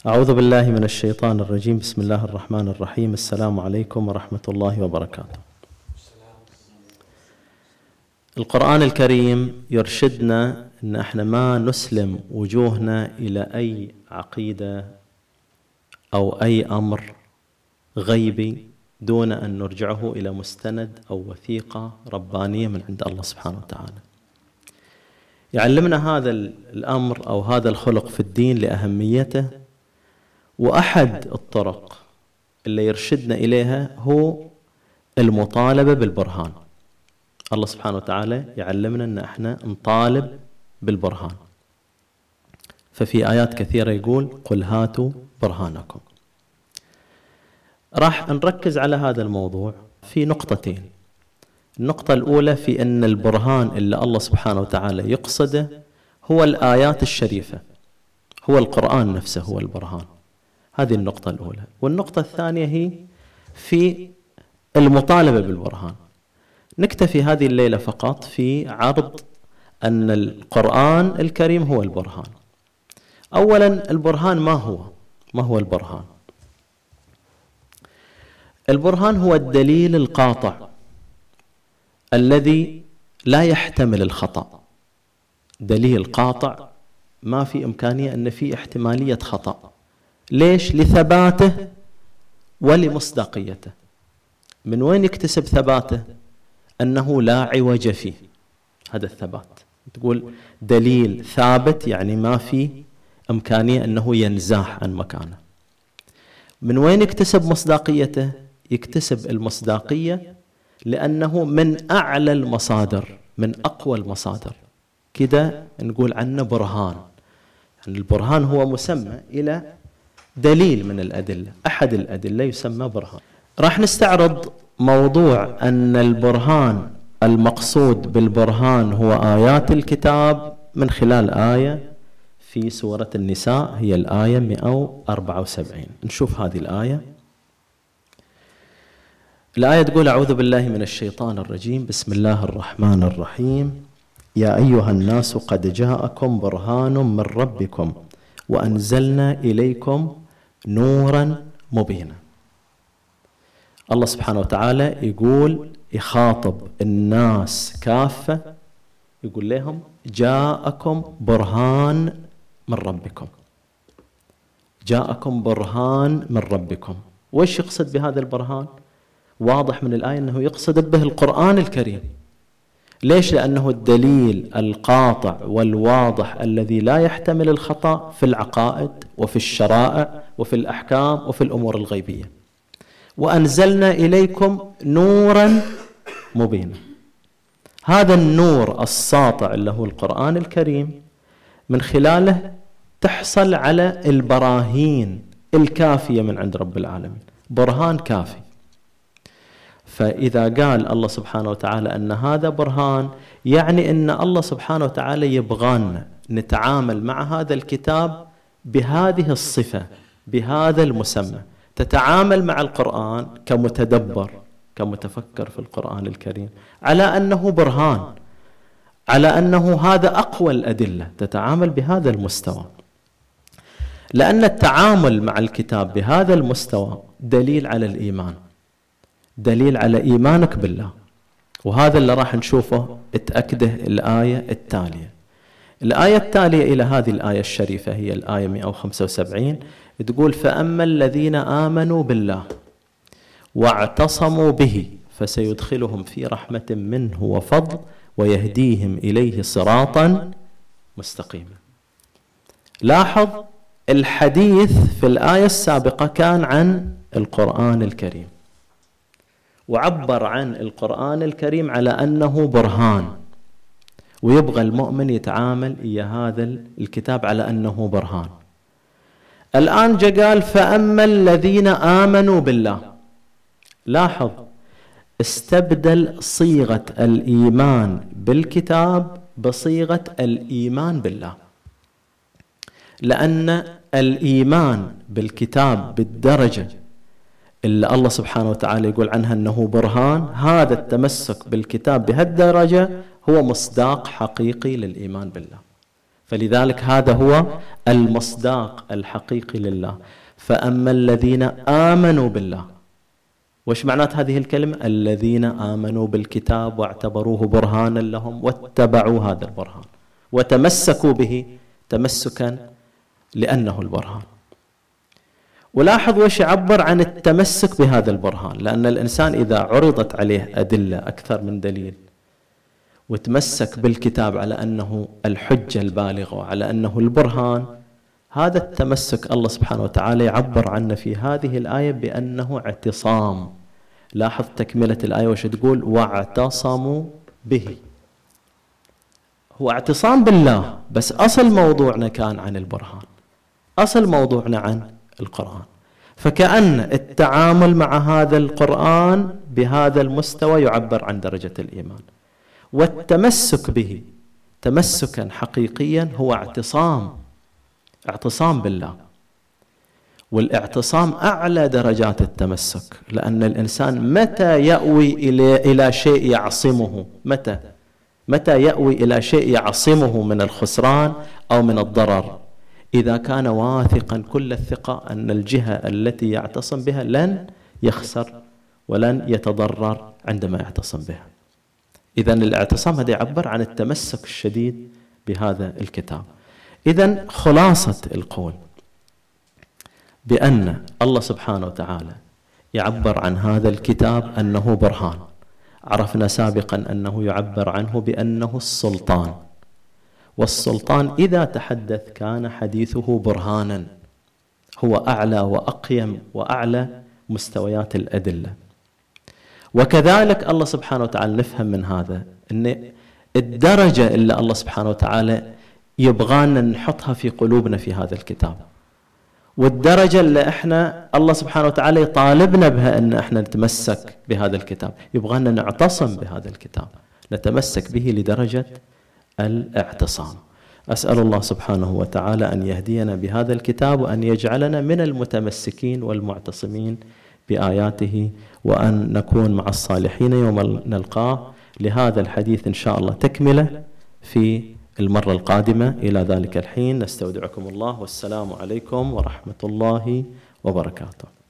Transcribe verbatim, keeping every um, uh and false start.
أعوذ بالله من الشيطان الرجيم. بسم الله الرحمن الرحيم. السلام عليكم ورحمة الله وبركاته. القرآن الكريم يرشدنا أن احنا ما نسلم وجوهنا إلى أي عقيدة أو أي أمر غيبي دون أن نرجعه إلى مستند أو وثيقة ربانية من عند الله سبحانه وتعالى. يعلمنا هذا الأمر أو هذا الخلق في الدين لأهميته، وأحد الطرق اللي يرشدنا إليها هو المطالبة بالبرهان. الله سبحانه وتعالى يعلمنا أن احنا نطالب بالبرهان، ففي آيات كثيرة يقول قل هاتوا برهانكم. راح نركز على هذا الموضوع في نقطتين. النقطة الأولى في أن البرهان اللي الله سبحانه وتعالى يقصده هو الآيات الشريفة، هو القرآن نفسه هو البرهان. هذه النقطة الأولى. والنقطة الثانية هي في المطالبة بالبرهان. نكتفي هذه الليلة فقط في عرض أن القرآن الكريم هو البرهان. أولا، البرهان ما هو؟ ما هو البرهان؟ البرهان هو الدليل القاطع الذي لا يحتمل الخطأ. دليل قاطع ما في إمكانية أن في احتمالية خطأ. ليش؟ لثباته ولمصداقيته. من وين يكتسب ثباته؟ أنه لا عوج فيه. هذا الثبات. تقول دليل ثابت يعني ما في إمكانية أنه ينزاح عن مكانه. من وين يكتسب مصداقيته؟ يكتسب المصداقية لأنه من أعلى المصادر، من أقوى المصادر. كده نقول عنه برهان. يعني البرهان هو مسمى إلى دليل من الأدلة، أحد الأدلة يسمى برهان. راح نستعرض موضوع أن البرهان المقصود بالبرهان هو آيات الكتاب من خلال آية في سورة النساء، هي الآية مئة وأربعة وسبعين. نشوف هذه الآية. الآية تقول أعوذ بالله من الشيطان الرجيم. بسم الله الرحمن الرحيم. يا أيها الناس قد جاءكم برهان من ربكم وأنزلنا إليكم نورا مبينا. الله سبحانه وتعالى يقول يخاطب الناس كافة، يقول لهم جاءكم برهان من ربكم. جاءكم برهان من ربكم. وش يقصد بهذا البرهان؟ واضح من الآية أنه يقصد به القرآن الكريم. ليش؟ لأنه الدليل القاطع والواضح الذي لا يحتمل الخطأ في العقائد وفي الشرائع وفي الأحكام وفي الأمور الغيبية. وأنزلنا إليكم نورا مبينا. هذا النور الساطع اللي هو القرآن الكريم من خلاله تحصل على البراهين الكافية من عند رب العالمين. برهان كافي. فإذا قال الله سبحانه وتعالى أن هذا برهان، يعني أن الله سبحانه وتعالى يبغانا نتعامل مع هذا الكتاب بهذه الصفة، بهذا المسمى. تتعامل مع القرآن كمتدبر، كمتفكر في القرآن الكريم على أنه برهان، على أنه هذا أقوى الأدلة. تتعامل بهذا المستوى، لأن التعامل مع الكتاب بهذا المستوى دليل على الإيمان، دليل على إيمانك بالله. وهذا اللي راح نشوفه اتأكده الآية التالية. الآية التالية إلى هذه الآية الشريفة هي الآية مئة وخمسة وسبعين. تقول فأما الذين آمنوا بالله واعتصموا به فسيدخلهم في رحمة منه وفضل ويهديهم إليه صراطا مستقيما. لاحظ الحديث في الآية السابقة كان عن القرآن الكريم، وعبر عن القرآن الكريم على أنه برهان، ويبغى المؤمن يتعامل إيا هذا الكتاب على أنه برهان. الآن جاء قال فأما الذين آمنوا بالله. لاحظ استبدل صيغة الإيمان بالكتاب بصيغة الإيمان بالله، لأن الإيمان بالكتاب بالدرجة اللي الله سبحانه وتعالى يقول عنها أنه برهان، هذا التمسك بالكتاب بهالدرجة هو مصداق حقيقي للإيمان بالله. فلذلك هذا هو المصداق الحقيقي لله. فأما الذين آمنوا بالله، وش معنات هذه الكلمة؟ الذين آمنوا بالكتاب واعتبروه برهانا لهم واتبعوا هذا البرهان وتمسكوا به تمسكا لأنه البرهان. ولاحظ وش يعبر عن التمسك بهذا البرهان، لأن الإنسان إذا عرضت عليه أدلة أكثر من دليل وتمسك بالكتاب على أنه الحجة البالغة وعلى أنه البرهان، هذا التمسك الله سبحانه وتعالى يعبر عنه في هذه الآية بأنه اعتصام. لاحظ تكملة الآية وش تقول؟ واعتصموا به. هو اعتصام بالله، بس أصل موضوعنا كان عن البرهان، أصل موضوعنا عن القرآن. فكأن التعامل مع هذا القرآن بهذا المستوى يعبر عن درجة الإيمان، والتمسك به تمسكا حقيقيا هو اعتصام، اعتصام بالله. والاعتصام أعلى درجات التمسك، لأن الإنسان متى يأوي إلى إلى شيء يعصمه، متى متى يأوي إلى شيء يعصمه من الخسران أو من الضرر؟ إذا كان واثقا كل الثقة أن الجهة التي يعتصم بها لن يخسر ولن يتضرر عندما يعتصم بها. إذن الاعتصام هذا يعبر عن التمسك الشديد بهذا الكتاب. إذن خلاصة القول بأن الله سبحانه وتعالى يعبر عن هذا الكتاب أنه برهان. عرفنا سابقا أنه يعبر عنه بأنه السلطان، والسلطان إذا تحدث كان حديثه برهانا، هو أعلى وأقيم وأعلى مستويات الأدلة. وكذلك الله سبحانه وتعالى نفهم من هذا أن الدرجة اللي الله سبحانه وتعالى يبغانا نحطها في قلوبنا في هذا الكتاب، والدرجة اللي احنا الله سبحانه وتعالى يطالبنا بها أن احنا نتمسك بهذا الكتاب، يبغانا نعتصم بهذا الكتاب، نتمسك به لدرجة الاعتصام. أسأل الله سبحانه وتعالى أن يهدينا بهذا الكتاب، وأن يجعلنا من المتمسكين والمعتصمين بآياته، وأن نكون مع الصالحين يوم نلقاه. لهذا الحديث إن شاء الله تكملة في المرة القادمة. إلى ذلك الحين نستودعكم الله، والسلام عليكم ورحمة الله وبركاته.